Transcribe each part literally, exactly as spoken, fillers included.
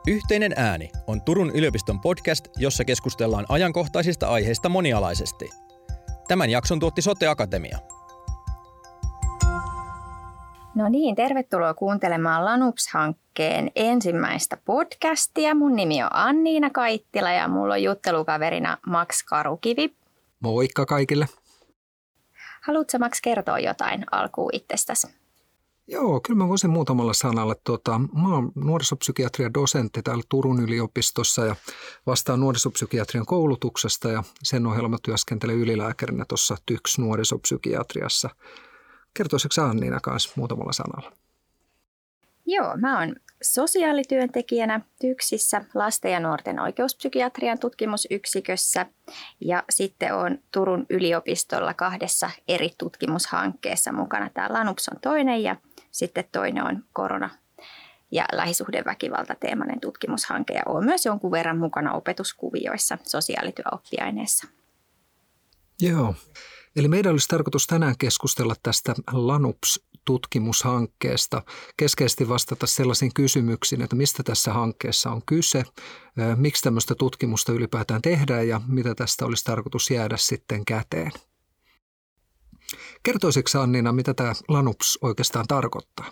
Yhteinen ääni on Turun yliopiston podcast, jossa keskustellaan ajankohtaisista aiheista monialaisesti. Tämän jakson tuotti Sote Akatemia. No niin, tervetuloa kuuntelemaan Lanups-hankkeen ensimmäistä podcastia. Mun nimi on Anniina Kaittila ja mulla on juttelukaverina Max Karukivi. Moikka kaikille. Haluatko Max kertoa jotain alkuun itsestäsi? Joo, kyllä mä voisin muutamalla sanalla. Tuota, mä oon nuorisopsykiatrian dosentti täällä Turun yliopistossa ja vastaan nuorisopsykiatrian koulutuksesta ja sen ohella mä työskentelen ylilääkärinä tuossa T Y K S-nuorisopsykiatriassa. Kertoisitko Anniina kanssa muutamalla sanalla? Joo, mä oon sosiaalityöntekijänä TYKSissä lasten ja nuorten oikeuspsykiatrian tutkimusyksikössä ja sitten oon Turun yliopistolla kahdessa eri tutkimushankkeessa mukana. Tämä Lanups on toinen ja sitten toinen on korona- ja lähisuhdeväkivalta teemainen tutkimushanke ja oon myös jonkun verran mukana opetuskuvioissa sosiaalityöoppiaineessa. Joo. Eli meidän olisi tarkoitus tänään keskustella tästä Lanups-tutkimushankkeesta, keskeisesti vastata sellaisiin kysymyksiin, että mistä tässä hankkeessa on kyse, miksi tämmöistä tutkimusta ylipäätään tehdään ja mitä tästä olisi tarkoitus jäädä sitten käteen. Kertoisitko Anniina, mitä tämä Lanups oikeastaan tarkoittaa?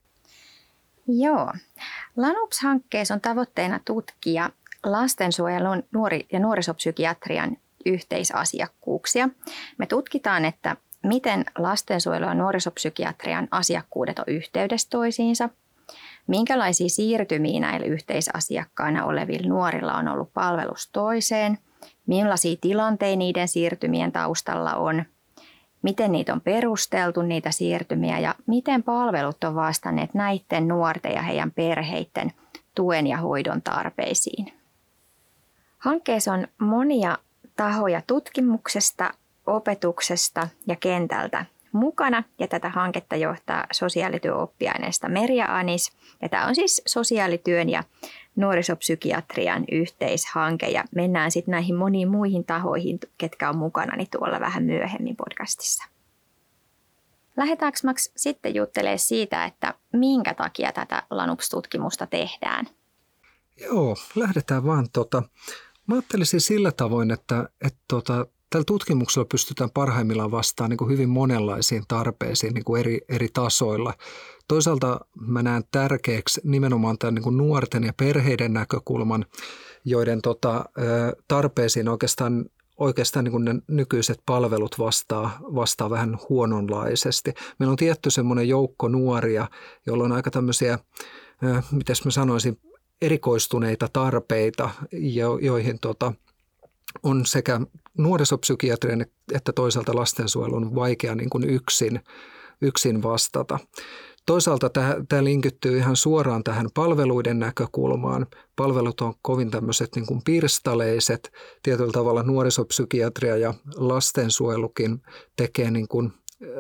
Joo. Lanups-hankkeessa on tavoitteena tutkia lastensuojelun nuori- ja nuorisopsykiatrian yhteisasiakkuuksia. Me tutkitaan, että miten lastensuojelu- ja nuorisopsykiatrian asiakkuudet on yhteydessä toisiinsa, minkälaisia siirtymiä näillä yhteisasiakkaina olevilla nuorilla on ollut palvelus toiseen, millaisia tilanteita niiden siirtymien taustalla on, miten niitä on perusteltu, niitä siirtymiä, ja miten palvelut on vastanneet näiden nuorten ja heidän perheiden tuen ja hoidon tarpeisiin. Hankkeessa on monia tahoja tutkimuksesta, opetuksesta ja kentältä mukana. Ja tätä hanketta johtaa sosiaalityöoppiaineesta Merja Anis. Ja tämä on siis sosiaalityön ja nuorisopsykiatrian yhteishanke. Ja mennään sitten näihin moniin muihin tahoihin, ketkä on mukana, niin tuolla vähän myöhemmin podcastissa. Lähdetäänkö Max sitten juttelemaan siitä, että minkä takia tätä Lanups-tutkimusta tehdään? Joo, lähdetään vaan tota. Mä ajattelisin sillä tavoin, että, että tota, tällä tutkimuksella pystytään parhaimmillaan vastaamaan niin kuin hyvin monenlaisiin tarpeisiin niin kuin eri, eri tasoilla. Toisaalta mä näen tärkeäksi nimenomaan tämän niin kuin nuorten ja perheiden näkökulman, joiden tota, tarpeisiin oikeastaan, oikeastaan niin kuin ne nykyiset palvelut vastaa, vastaa vähän huononlaisesti. Meillä on tietty semmoinen joukko nuoria, joilla on aika tämmöisiä, miten mä sanoisin, erikoistuneita tarpeita, joihin tota, on sekä nuorisopsykiatrian että toisaalta lastensuojelun vaikea niin kuin yksin, yksin vastata. Toisaalta tämä, tämä linkittyy ihan suoraan tähän palveluiden näkökulmaan. Palvelut on kovin tämmöiset niin kuin pirstaleiset. Tietyllä tavalla nuorisopsykiatria ja lastensuojelukin tekee niin kuin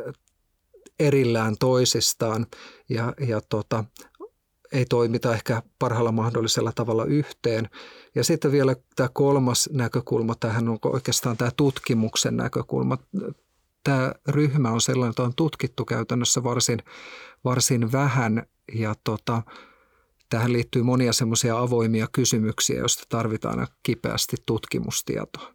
erillään toisistaan ja, ja tota, ei toimita ehkä parhaalla mahdollisella tavalla yhteen. Ja sitten vielä tämä kolmas näkökulma tähän on oikeastaan tämä tutkimuksen näkökulma. Tämä ryhmä on sellainen, että on tutkittu käytännössä varsin, varsin vähän ja tota, tähän liittyy monia semmoisia avoimia kysymyksiä, joista tarvitaan kipeästi tutkimustietoa.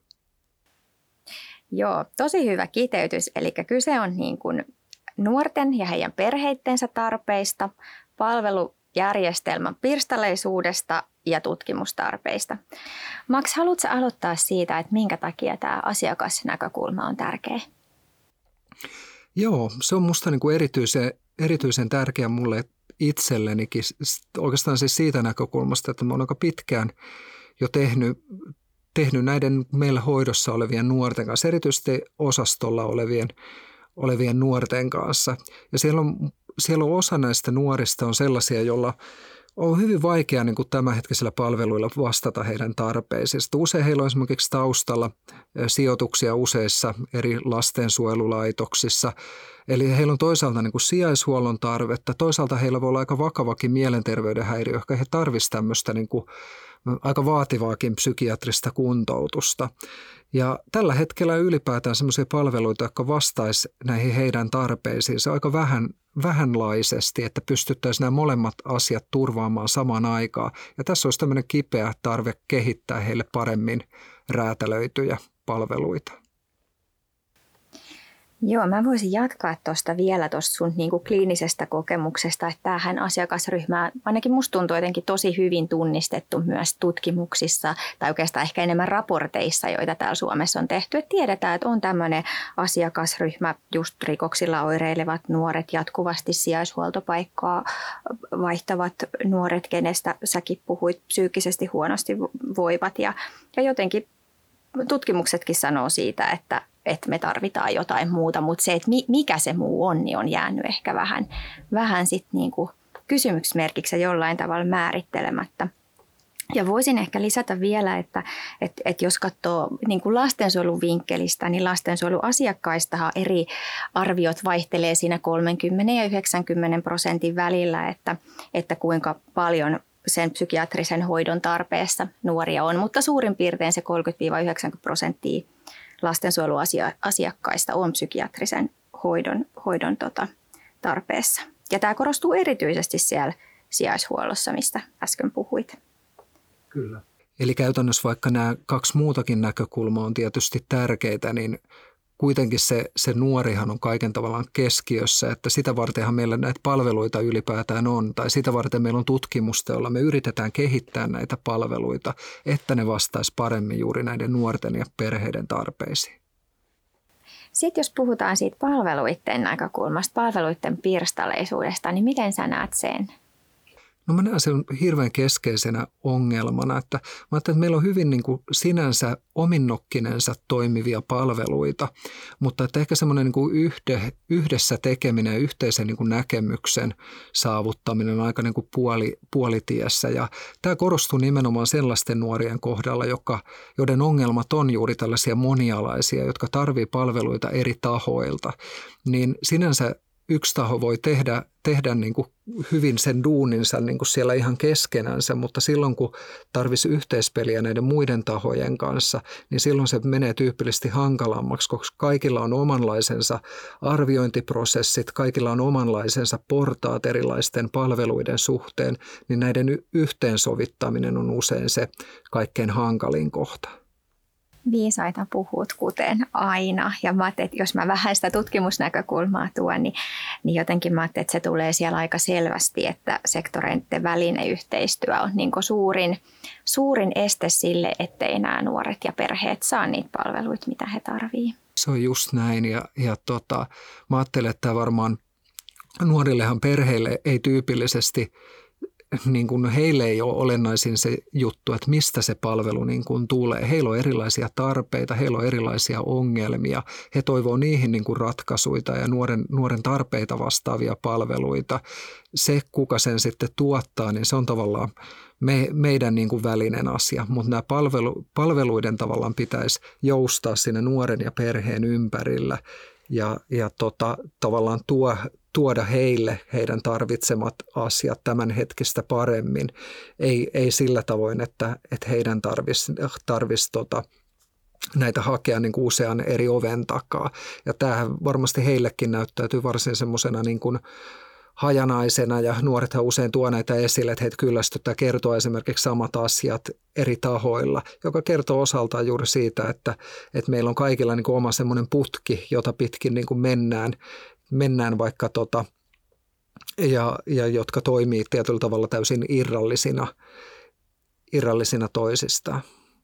Joo, tosi hyvä kiteytys. Eli kyse on niin kuin nuorten ja heidän perheittensä tarpeista, palvelu järjestelmän pirstaleisuudesta ja tutkimustarpeista. Max, haluatko aloittaa siitä, että minkä takia tämä asiakasnäkökulma on tärkeä? Joo, se on musta niin kuin erityisen, erityisen tärkeä mulle itsellenikin. Oikeastaan siis siitä näkökulmasta, että mä oon aika pitkään jo tehnyt, tehnyt näiden meillä hoidossa olevien nuorten kanssa, erityisesti osastolla olevien, olevien nuorten kanssa. Ja siellä on Siellä on osa näistä nuorista on sellaisia, joilla on hyvin vaikea niin kuin tämänhetkisillä palveluilla vastata heidän tarpeisiin. Usein heillä on esimerkiksi taustalla sijoituksia useissa eri lastensuojelulaitoksissa. Eli heillä on toisaalta niin kuin sijaishuollon tarvetta, toisaalta heillä voi olla aika vakavakin mielenterveyden häiriö, ehkä he tarvitsevat tämmöistä niin kuin aika vaativaakin psykiatrista kuntoutusta. Ja tällä hetkellä ylipäätään sellaisia palveluita, jotka vastaisi näihin heidän tarpeisiinsa aika vähän, vähänlaisesti, että pystyttäisiin nämä molemmat asiat turvaamaan samaan aikaan. Ja tässä olisi tämmöinen kipeä tarve kehittää heille paremmin räätälöityjä palveluita. Joo, mä voisin jatkaa tuosta vielä tuosta sun niinku kliinisestä kokemuksesta, että tämähän asiakasryhmä ainakin musta tuntuu jotenkin tosi hyvin tunnistettu myös tutkimuksissa tai oikeastaan ehkä enemmän raporteissa, joita täällä Suomessa on tehty. Että tiedetään, että on tämmöinen asiakasryhmä, just rikoksilla oireilevat nuoret, jatkuvasti sijaishuoltopaikkaa vaihtavat nuoret, kenestä säkin puhuit, psyykkisesti huonosti voivat ja, ja jotenkin tutkimuksetkin sanoo siitä, että että me tarvitaan jotain muuta, mutta se, että mikä se muu on, niin on jäänyt ehkä vähän, vähän sit niinku kysymysmerkiksi ja jollain tavalla määrittelemättä. Ja voisin ehkä lisätä vielä, että, että, että jos katsoo niin kuin lastensuojelun vinkkelistä, niin lastensuojeluasiakkaistahan eri arviot vaihtelee siinä kolmekymmentä ja yhdeksänkymmentä prosentin välillä, että, että kuinka paljon sen psykiatrisen hoidon tarpeessa nuoria on, mutta suurin piirtein se kolmekymmentä yhdeksänkymmentä prosenttia lastensuojeluasiakkaista on psykiatrisen hoidon, hoidon tota, tarpeessa. Ja tämä korostuu erityisesti siellä sijaishuollossa, mistä äsken puhuit. Kyllä. Eli käytännössä vaikka nämä kaksi muutakin näkökulmaa on tietysti tärkeitä, niin kuitenkin se, se nuorihan on kaiken tavallaan keskiössä, että sitä vartenhan meillä näitä palveluita ylipäätään on, tai sitä varten meillä on tutkimusta, jolla me yritetään kehittää näitä palveluita, että ne vastaisi paremmin juuri näiden nuorten ja perheiden tarpeisiin. Sitten jos puhutaan siitä palveluiden näkökulmasta, palveluiden pirstaleisuudesta, niin miten sä näet sen? No mä näen sen hirveän keskeisenä ongelmana, että mä ajattelen, että meillä on hyvin niin kuin sinänsä ominnokkinensa toimivia palveluita, mutta että ehkä semmoinen niin kuin yhde, yhdessä tekeminen ja yhteisen niin kuin näkemyksen saavuttaminen on aika niin kuin puoli, puolitiessä. Ja tämä korostuu nimenomaan sellaisten nuorien kohdalla, joka, joiden ongelmat on juuri tällaisia monialaisia, jotka tarvitsee palveluita eri tahoilta, niin sinänsä yksi taho voi tehdä, tehdä niin kuin hyvin sen duuninsa niin kuin siellä ihan keskenänsä, mutta silloin kun tarvitsisi yhteispeliä näiden muiden tahojen kanssa, niin silloin se menee tyypillisesti hankalammaksi, koska kaikilla on omanlaisensa arviointiprosessit, kaikilla on omanlaisensa portaat erilaisten palveluiden suhteen, niin näiden yhteensovittaminen on usein se kaikkein hankalin kohta. Viisaita puhut kuten aina. Ja mä ajattelin, että jos mä vähän sitä tutkimusnäkökulmaa tuon, niin, niin jotenkin mä ajattelin, että se tulee siellä aika selvästi, että sektoreiden välinen yhteistyö on niin kuin suurin, suurin este sille, ettei nämä nuoret ja perheet saa niitä palveluita, mitä he tarvitsevat. Se on just näin ja, ja tota, mä ajattelen, että varmaan nuorillehan perheille ei tyypillisesti niin kuin heille ei ole olennaisin se juttu, että mistä se palvelu niin kuin tulee. Heillä on erilaisia tarpeita, heillä on erilaisia ongelmia. He toivoo niihin niin kuin ratkaisuja ja nuoren, nuoren tarpeita vastaavia palveluita. Se, kuka sen sitten tuottaa, niin se on tavallaan me, meidän niin kuin välinen asia. Mutta nämä palvelu, palveluiden tavallaan pitäisi joustaa sinne nuoren ja perheen ympärillä ja, ja tota, tavallaan tuo tuoda heille heidän tarvitsemat asiat tämän hetkistä paremmin. Ei, ei sillä tavoin, että, että heidän tarvitsisi tarvis, tota, näitä hakea niin kuin usean eri oven takaa. Ja tämähän varmasti heillekin näyttäytyy varsin semmoisena niin kuin hajanaisena ja nuorethan usein tuo näitä esille, että heitä kyllästyttää kertoa esimerkiksi samat asiat eri tahoilla, joka kertoo osaltaan juuri siitä, että, että meillä on kaikilla niin kuin oma semmoinen putki, jota pitkin niin kuin mennään, mennään vaikka tota, ja, ja jotka toimii tietyllä tavalla täysin irrallisina, irrallisina toisistaan.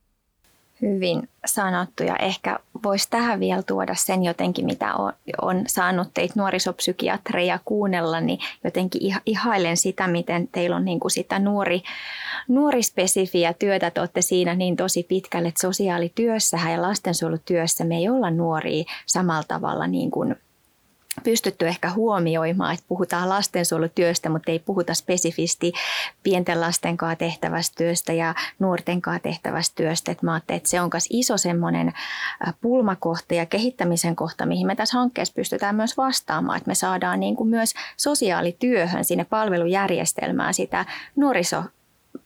Hyvin sanottu ja ehkä voisi tähän vielä tuoda sen jotenkin, mitä on, on saanut teitä nuorisopsykiatreja kuunnella, niin jotenkin ihailen sitä, miten teillä on niin kuin sitä nuori, nuorispesifiä työtä, te olette siinä niin tosi pitkälle, että sosiaalityössähän ja lastensuojelutyössä me ei olla nuoria samalla tavalla niin kuin pystytty ehkä huomioimaan, että puhutaan lastensuojelutyöstä, mutta ei puhuta spesifisti pienten lasten kanssa tehtävästä työstä ja nuorten kanssa tehtävästä työstä. Että mä ajattelin, että se on myös iso semmoinen pulmakohta ja kehittämisen kohta, mihin me tässä hankkeessa pystytään myös vastaamaan, että me saadaan niin kuin myös sosiaalityöhön sinne palvelujärjestelmään sitä nuoriso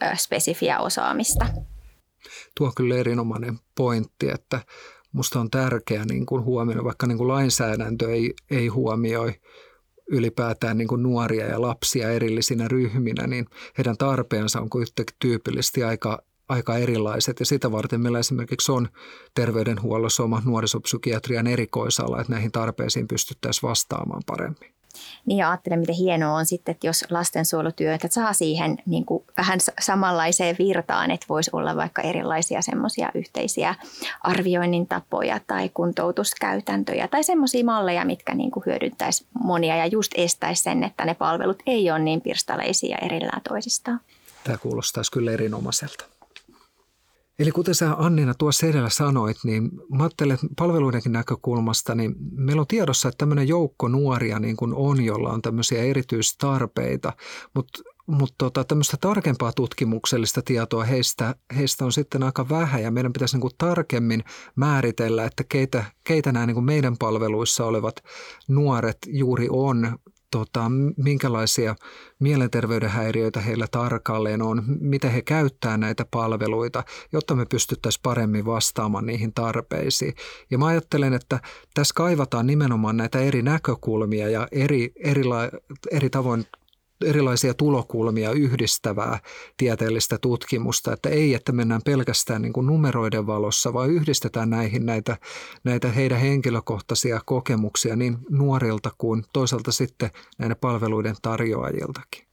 spesifiä osaamista. Tuo on kyllä erinomainen pointti, että musta on tärkeää niin kuin huomioida, vaikka niin kuin lainsäädäntö ei, ei huomioi ylipäätään niin kuin nuoria ja lapsia erillisinä ryhminä, niin heidän tarpeensa on kuitenkin tyypillisesti aika, aika erilaiset. Ja sitä varten meillä esimerkiksi on terveydenhuollossa oma nuorisopsykiatrian erikoisala, että näihin tarpeisiin pystyttäisiin vastaamaan paremmin. Niin ja ajattelen, miten hienoa on sitten, että jos lastensuojelutyötä saa siihen niin kuin vähän samanlaiseen virtaan, että voisi olla vaikka erilaisia semmoisia yhteisiä arvioinnin tapoja tai kuntoutuskäytäntöjä tai semmoisia malleja, mitkä niin kuin hyödyntäisi monia ja just estäisi sen, että ne palvelut ei ole niin pirstaleisia erillään toisistaan. Tämä kuulostaisi kyllä erinomaiselta. Eli kuten sä Anniina tuossa edellä sanoit, niin mä ajattelen, että palveluidenkin näkökulmasta, niin meillä on tiedossa, että tämmöinen joukko nuoria niin kuin on, jolla on tämmöisiä erityistarpeita, mutta mutta tota, tämmöistä tarkempaa tutkimuksellista tietoa heistä, heistä on sitten aika vähän ja meidän pitäisi niin kuin tarkemmin määritellä, että keitä, keitä nämä niin kuin meidän palveluissa olevat nuoret juuri on. Tota, minkälaisia mielenterveyden häiriöitä heillä tarkalleen on, miten he käyttää näitä palveluita, jotta me pystyttäisiin paremmin vastaamaan niihin tarpeisiin. Ja mä ajattelen, että tässä kaivataan nimenomaan näitä eri näkökulmia ja eri, erila- eri tavoin erilaisia tulokulmia yhdistävää tieteellistä tutkimusta, että ei, että mennään pelkästään niin kuin numeroiden valossa, vaan yhdistetään näihin näitä, näitä heidän henkilökohtaisia kokemuksia niin nuorilta kuin toisaalta sitten näiden palveluiden tarjoajiltakin.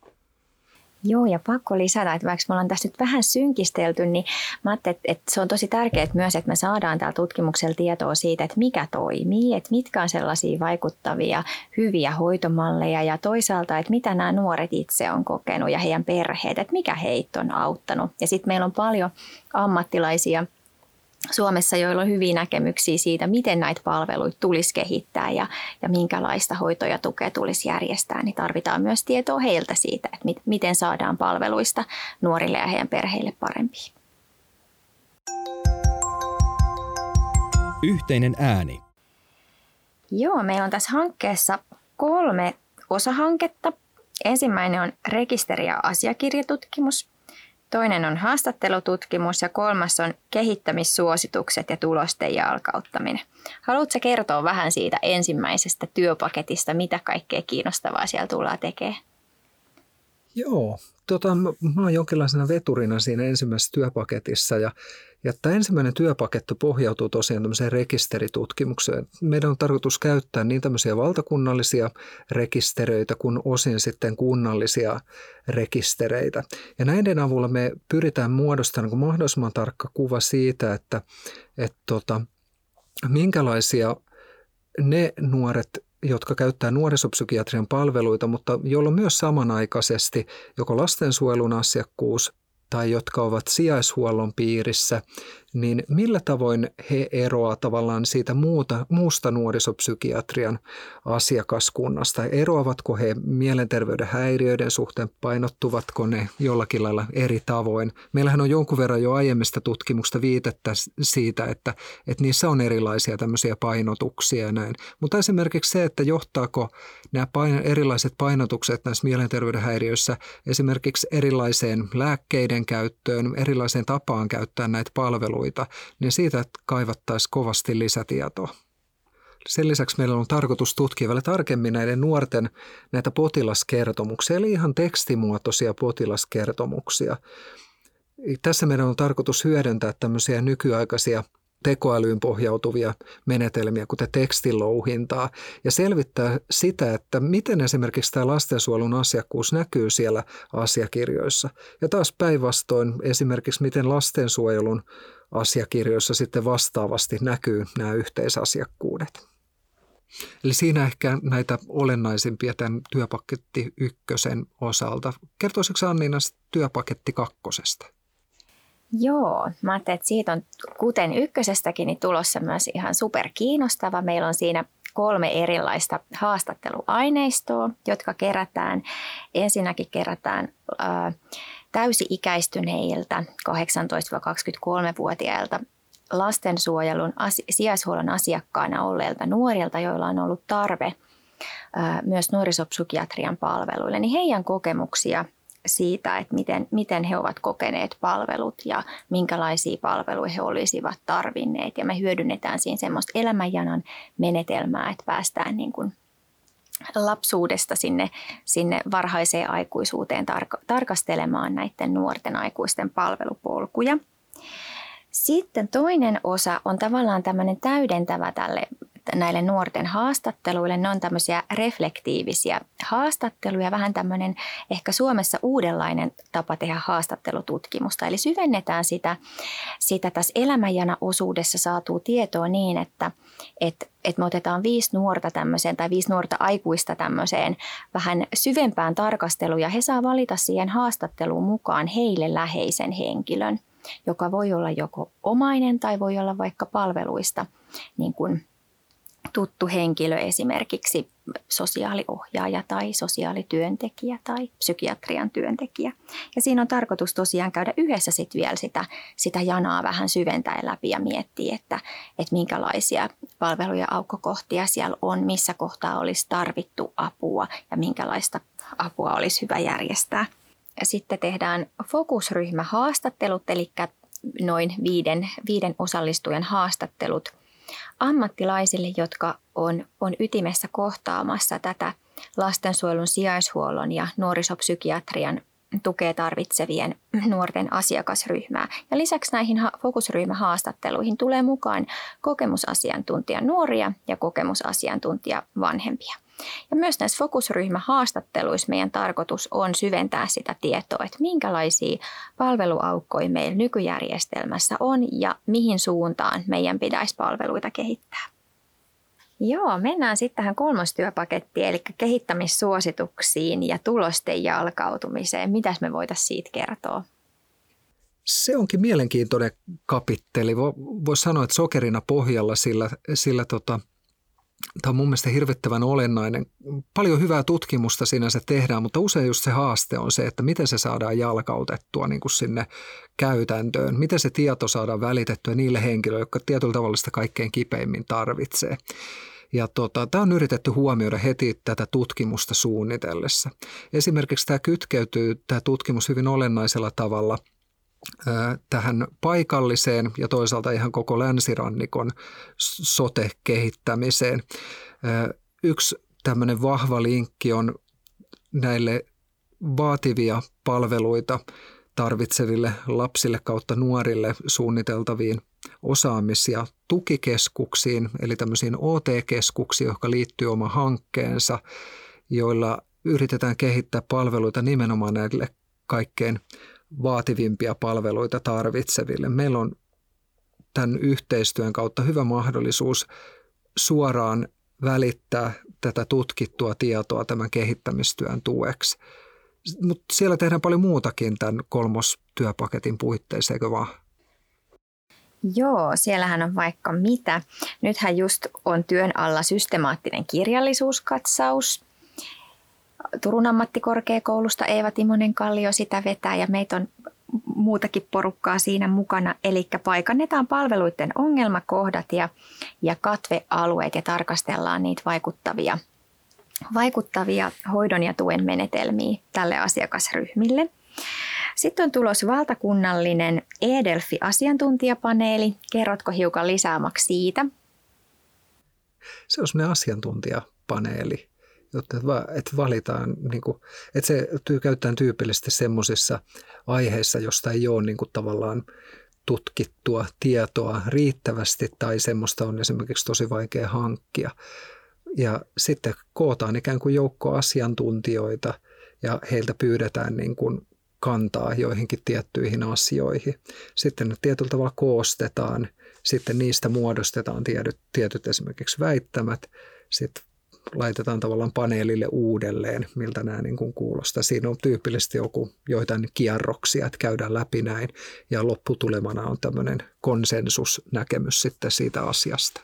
Joo, ja pakko lisätä, että vaikka me ollaan tässä nyt vähän synkistelty, niin mä ajattelin, että se on tosi tärkeää myös, että me saadaan täällä tutkimuksella tietoa siitä, että mikä toimii, että mitkä on sellaisia vaikuttavia, hyviä hoitomalleja ja toisaalta, että mitä nämä nuoret itse on kokenut ja heidän perheet, että mikä heitä on auttanut. Ja sitten meillä on paljon ammattilaisia Suomessa, joilla on hyviä näkemyksiä siitä, miten näitä palveluita tulisi kehittää ja, ja minkälaista hoitoa ja tukea tulisi järjestää, niin tarvitaan myös tietoa heiltä siitä, että mit, miten saadaan palveluista nuorille ja heidän perheille parempia. Yhteinen ääni. Joo, meillä on tässä hankkeessa kolme osahanketta. Ensimmäinen on rekisteri- ja asiakirjatutkimus. Toinen on haastattelututkimus ja kolmas on kehittämissuositukset ja tulosten jalkauttaminen. Haluatko kertoa vähän siitä ensimmäisestä työpaketista, mitä kaikkea kiinnostavaa siellä tullaan tekemään? Joo, tota, mä oon jonkinlaisena veturina siinä ensimmäisessä työpaketissa ja, ja tämä ensimmäinen työpaketti pohjautuu tosiaan tämmöiseen rekisteritutkimukseen. Meidän on tarkoitus käyttää niin tämmöisiä valtakunnallisia rekistereitä kuin osin sitten kunnallisia rekistereitä. Ja näiden avulla me pyritään muodostamaan niin mahdollisimman tarkka kuva siitä, että, että tota, minkälaisia ne nuoret, jotka käyttää nuorisopsykiatrian palveluita, mutta joilla on myös samanaikaisesti joko lastensuojelun asiakkuus tai jotka ovat sijaishuollon piirissä, niin millä tavoin he eroavat tavallaan siitä muuta, muusta nuorisopsykiatrian asiakaskunnasta? Eroavatko he mielenterveyden häiriöiden suhteen, painottuvatko ne jollakin lailla eri tavoin? Meillähän on jonkun verran jo aiemmista tutkimuksista viitettä siitä, että, että niissä on erilaisia tämmöisiä painotuksia ja näin. Mutta esimerkiksi se, että johtaako nämä paino, erilaiset painotukset näissä mielenterveyden häiriöissä esimerkiksi erilaiseen lääkkeiden käyttöön, erilaiseen tapaan käyttää näitä palveluita, niin siitä kaivattaisiin kovasti lisätietoa. Sen lisäksi meillä on tarkoitus tutkia vielä tarkemmin näiden nuorten näitä potilaskertomuksia, eli ihan tekstimuotoisia potilaskertomuksia. Tässä meidän on tarkoitus hyödyntää tämmöisiä nykyaikaisia tekoälyyn pohjautuvia menetelmiä, kuten tekstilouhintaa, ja selvittää sitä, että miten esimerkiksi tämä lastensuojelun asiakkuus näkyy siellä asiakirjoissa. Ja taas päinvastoin esimerkiksi, miten lastensuojelun asiakirjoissa sitten vastaavasti näkyy nämä yhteisasiakkuudet. Eli siinä ehkä näitä olennaisimpia tämän työpaketti ykkösen osalta. Kertoisitko Anniina työpaketti kakkosesta? Joo, mä ajattelin, että siitä on kuten ykkösestäkin niin tulossa myös ihan superkiinnostava. Meillä on siinä kolme erilaista haastatteluaineistoa, jotka kerätään. Ensinnäkin kerätään ää, täysi-ikäistyneiltä kahdeksantoista–kaksikymmentäkolme-vuotiailta lastensuojelun asi- sijaishuollon asiakkaana olleilta nuorilta, joilla on ollut tarve ää, myös nuorisopsykiatrian palveluille, niin heidän kokemuksia siitä, että miten, miten he ovat kokeneet palvelut ja minkälaisia palveluja he olisivat tarvinneet. Ja me hyödynnetään siinä semmoista elämänjanan menetelmää, että päästään niin kuin lapsuudesta sinne, sinne varhaiseen aikuisuuteen tarka- tarkastelemaan näiden nuorten aikuisten palvelupolkuja. Sitten toinen osa on tavallaan tämmöinen täydentävä tälle, näille nuorten haastatteluille. Ne on tämmöisiä reflektiivisiä haastatteluja, vähän tämmöinen ehkä Suomessa uudenlainen tapa tehdä haastattelututkimusta. Eli syvennetään sitä, sitä tässä elämänjana-osuudessa saatua tietoa niin, että et, et me otetaan viisi nuorta tämmöiseen tai viisi nuorta aikuista tämmöiseen vähän syvempään tarkasteluun ja he saa valita siihen haastatteluun mukaan heille läheisen henkilön, joka voi olla joko omainen tai voi olla vaikka palveluista niin kuin tuttu henkilö, esimerkiksi sosiaaliohjaaja tai sosiaalityöntekijä tai psykiatrian työntekijä. Ja siinä on tarkoitus tosiaan käydä yhdessä sitten vielä sitä, sitä janaa vähän syventäen läpi ja miettiä, että, että minkälaisia palveluja aukkokohtia siellä on, missä kohtaa olisi tarvittu apua ja minkälaista apua olisi hyvä järjestää. Ja sitten tehdään fokusryhmähaastattelut, eli noin viiden, viiden osallistujan haastattelut ammattilaisille, jotka on, on ytimessä kohtaamassa tätä lastensuojelun, sijaishuollon ja nuorisopsykiatrian tukea tarvitsevien nuorten asiakasryhmää. Ja lisäksi näihin fokusryhmähaastatteluihin tulee mukaan kokemusasiantuntija nuoria ja kokemusasiantuntija vanhempia. Ja myös näissä fokusryhmähaastatteluissa meidän tarkoitus on syventää sitä tietoa, että minkälaisia palveluaukkoja meillä nykyjärjestelmässä on ja mihin suuntaan meidän pitäisi palveluita kehittää. Joo, mennään sitten tähän kolmostyöpakettiin, eli kehittämissuosituksiin ja tulosten jalkautumiseen. Mitäs me voitaisiin siitä kertoa? Se onkin mielenkiintoinen kapitteli. Voisi sanoa, että sokerina pohjalla, sillä, sillä tota, tämä on mun mielestä hirvittävän olennainen. Paljon hyvää tutkimusta sinänsä tehdään, mutta usein just se haaste on se, että miten se saadaan jalkautettua niin kuin sinne käytäntöön. Miten se tieto saadaan välitettyä niille henkilöille, jotka tietyllä tavalla sitä kaikkein kipeimmin tarvitsee. Ja tota, tämä on yritetty huomioida heti tätä tutkimusta suunnitellessa. Esimerkiksi tämä kytkeytyy, tämä tutkimus hyvin olennaisella tavalla tähän paikalliseen ja toisaalta ihan koko länsirannikon sote-kehittämiseen. Yksi tämmöinen vahva linkki on näille vaativia palveluita tarvitseville lapsille kautta nuorille suunniteltaviin osaamis- ja tukikeskuksiin, eli tämmöisiin O T-keskuksiin, jotka liittyy oma hankkeensa, joilla yritetään kehittää palveluita nimenomaan näille kaikkein vaativimpia palveluita tarvitseville. Meillä on tämän yhteistyön kautta hyvä mahdollisuus suoraan välittää tätä tutkittua tietoa tämän kehittämistyön tueksi. Mutta siellä tehdään paljon muutakin tämän kolmostyöpaketin puitteissa, eikö vaan? Joo, siellähän on vaikka mitä. Nythän just on työn alla systemaattinen kirjallisuuskatsaus. Turun ammattikorkeakoulusta Eeva Timonen Kallio sitä vetää ja meitä on muutakin porukkaa siinä mukana. Eli paikannetaan palveluiden ongelmakohdat ja, ja katvealueet ja tarkastellaan niitä vaikuttavia, vaikuttavia hoidon ja tuen menetelmiä tälle asiakasryhmille. Sitten on tulos valtakunnallinen e-Delfi-asiantuntijapaneeli. Kerrotko hiukan lisäämäksi siitä? Se on sellainen asiantuntijapaneeli, jotta että valitaan, niin kuin, että se käytetään tyypillisesti semmoisissa aiheissa, josta ei ole niin kuin tavallaan tutkittua tietoa riittävästi tai semmoista on esimerkiksi tosi vaikea hankkia. Ja sitten kootaan ikään kuin joukko asiantuntijoita ja heiltä pyydetään niin kuin kantaa joihinkin tiettyihin asioihin. Sitten ne tietyllä tavalla koostetaan, sitten niistä muodostetaan tietyt, tietyt esimerkiksi väittämät, sitten laitetaan tavallaan paneelille uudelleen, miltä nämä niin kuin kuulostaa. Siinä on tyypillisesti joku, joitain kierroksia, että käydään läpi näin, ja lopputulemana on tämmöinen konsensusnäkemys sitten siitä asiasta.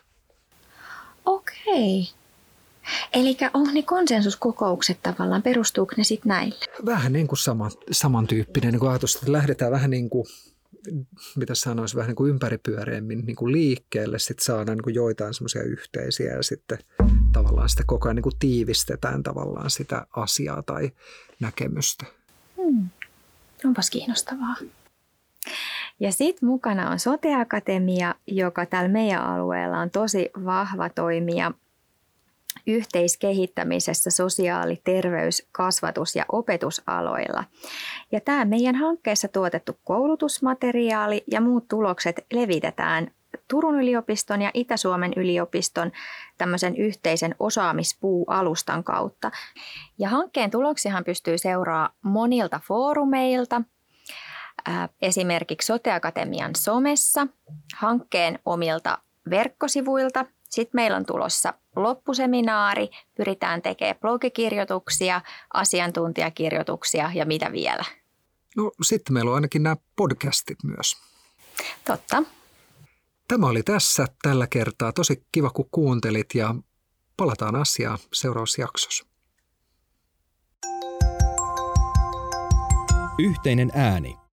Okei. Eli onko ne konsensuskokoukset tavallaan, perustuuko ne sitten näille? Vähän niin kuin sama, samantyyppinen niin kuin ajatus, että lähdetään vähän niin kuin, mitä sanoisi, vähän niin kuin ympäripyöreämmin niin kuin liikkeelle, sitten saadaan niin kuin joitain semmoisia yhteisiä ja sitten tavallaan sitä koko ajan niin kuin tiivistetään tavallaan sitä asiaa tai näkemystä. Hmm. Onpas kiinnostavaa. Ja sitten mukana on Sote-Akatemia, joka täällä meidän alueella on tosi vahva toimija yhteiskehittämisessä sosiaali-, terveys-, kasvatus- ja opetusaloilla. Ja tämä meidän hankkeessa tuotettu koulutusmateriaali ja muut tulokset levitetään Turun yliopiston ja Itä-Suomen yliopiston tämmöisen yhteisen osaamispuualustan kautta. Ja hankkeen tuloksiahan pystyy seuraamaan monilta foorumeilta, esimerkiksi Sote-Akatemian somessa, hankkeen omilta verkkosivuilta. Sitten meillä on tulossa loppuseminaari, pyritään tekemään blogikirjoituksia, asiantuntijakirjoituksia ja mitä vielä. No sitten meillä on ainakin nämä podcastit myös. Totta. Tämä oli tässä tällä kertaa. Tosi kiva, kun kuuntelit ja palataan asiaan seuraavassa jaksossa. Yhteinen ääni.